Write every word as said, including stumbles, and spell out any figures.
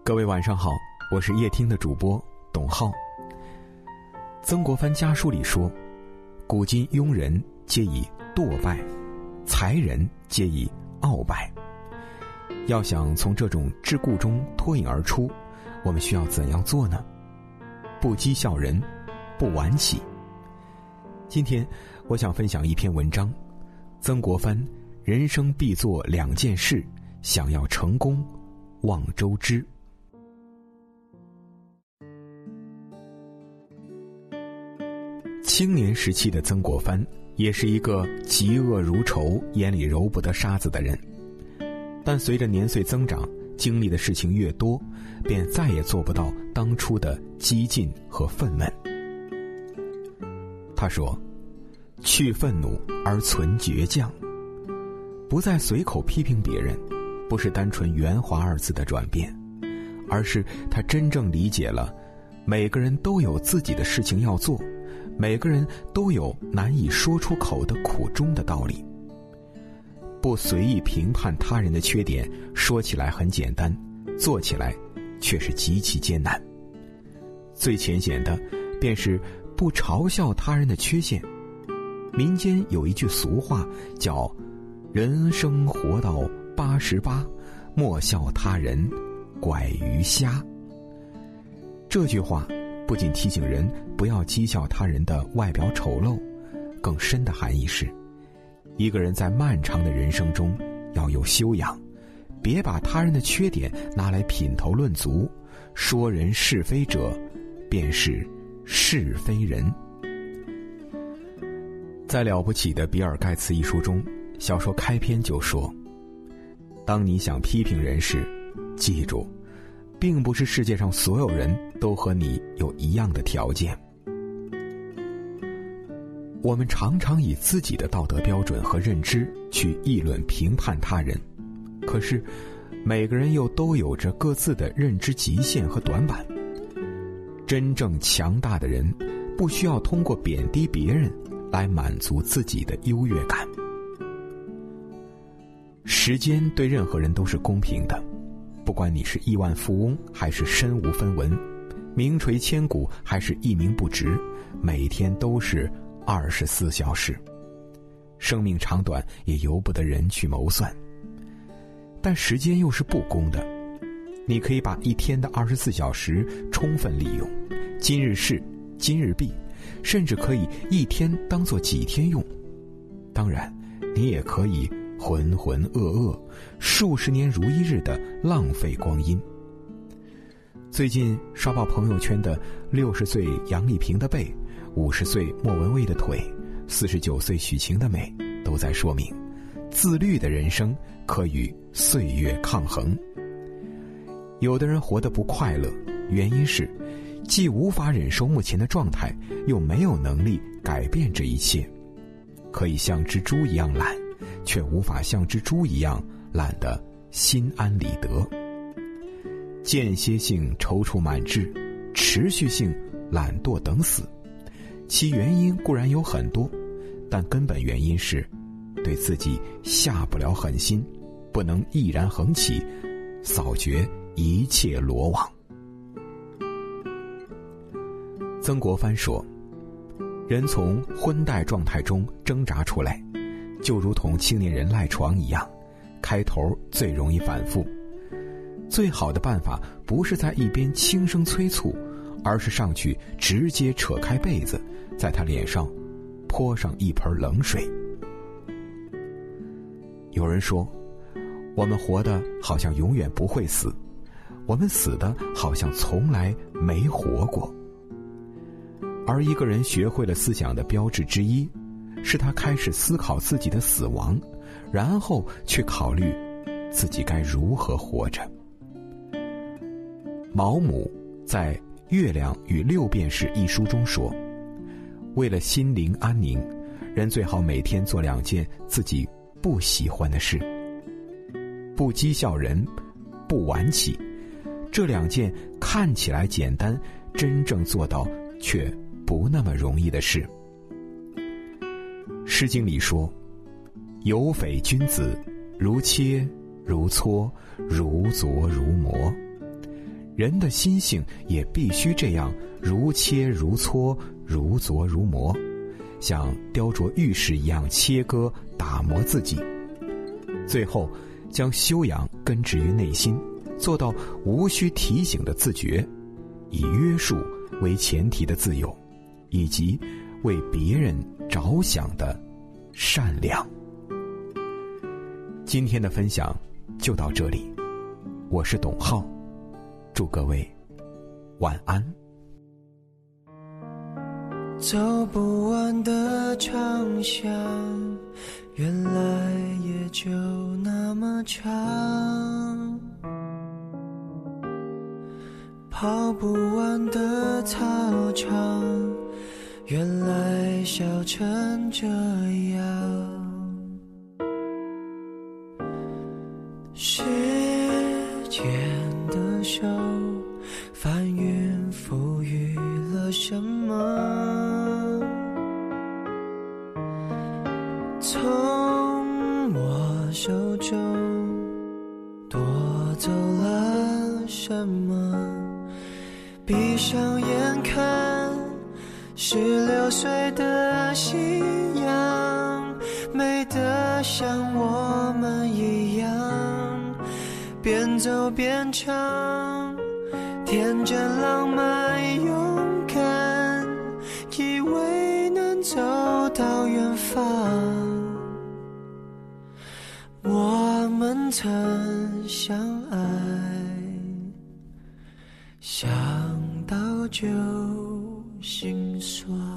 各位晚上好，我是夜听的主播董浩。曾国藩家书里说，古今庸人皆以惰败，才人皆以傲败。要想从这种桎梏中脱颖而出，我们需要怎样做呢？不讥笑人，不晚起。今天我想分享一篇文章，曾国藩人生必做两件事，想要成功望周知。青年时期的曾国藩也是一个嫉恶如仇、眼里揉不得沙子的人，但随着年岁增长，经历的事情越多，便再也做不到当初的激进和愤懑。他说，去愤怒而存倔强，不再随口批评别人，不是单纯圆滑二字的转变，而是他真正理解了每个人都有自己的事情要做，每个人都有难以说出口的苦衷的道理。不随意评判他人的缺点，说起来很简单，做起来却是极其艰难。最浅显的便是不嘲笑他人的缺陷。民间有一句俗话叫人生活到八十八，莫笑他人拐鱼虾。这句话不仅提醒人不要讥笑他人的外表丑陋，更深的含义是，一个人在漫长的人生中要有修养，别把他人的缺点拿来品头论足，说人是非者便是是非人。在《了不起的比尔盖茨》一书中，小说开篇就说，当你想批评人时，记住，并不是世界上所有人都和你有一样的条件。我们常常以自己的道德标准和认知去议论评判他人，可是每个人又都有着各自的认知极限和短板。真正强大的人不需要通过贬低别人来满足自己的优越感。时间对任何人都是公平的，不管你是亿万富翁还是身无分文，名垂千古还是一名不值，每天都是二十四小时。生命长短也由不得人去谋算，但时间又是不公的。你可以把一天的二十四小时充分利用，今日事今日毕，甚至可以一天当作几天用。当然你也可以浑浑噩噩，数十年如一日的浪费光阴。最近刷爆朋友圈的六十岁杨丽萍的背，五十岁莫文蔚的腿，四十九岁许晴的美，都在说明自律的人生可与岁月抗衡。有的人活得不快乐，原因是既无法忍受目前的状态，又没有能力改变这一切。可以像只猪一样懒，却无法像只猪一样懒得心安理得。间歇性踌躇满志，持续性懒惰等死，其原因固然有很多，但根本原因是对自己下不了狠心，不能毅然横起，扫绝一切罗网。曾国藩说，人从昏怠状态中挣扎出来，就如同青年人赖床一样，开头最容易反复。最好的办法不是在一边轻声催促，而是上去直接扯开被子，在他脸上泼上一盆冷水。有人说，我们活得好像永远不会死，我们死的好像从来没活过。而一个人学会了思想的标志之一，是他开始思考自己的死亡，然后去考虑自己该如何活着。毛姆在《月亮与六便士》一书中说，为了心灵安宁，人最好每天做两件自己不喜欢的事，不讥笑人，不晚起。这两件看起来简单，真正做到却不那么容易的事。诗经里说，有匪君子，如切如磋，如琢如磨。 人的心性也必须这样如切如磋，如琢如磨，像雕琢玉石一样切割打磨自己，最后将修养根植于内心，做到无需提醒的自觉，以约束为前提的自由，以及为别人着想的善良。今天的分享就到这里，我是董浩，祝各位晚安。 走不完的长巷，原来也就那么长，跑不完的操场，原来笑成这样。时间的手翻云覆雨了什么，从我手中夺走了什么，闭上眼看十六岁的夕阳，美得像我们一样，边走边唱，天真浪漫勇敢，以为能走到远方。我们曾相爱，想到就心酸。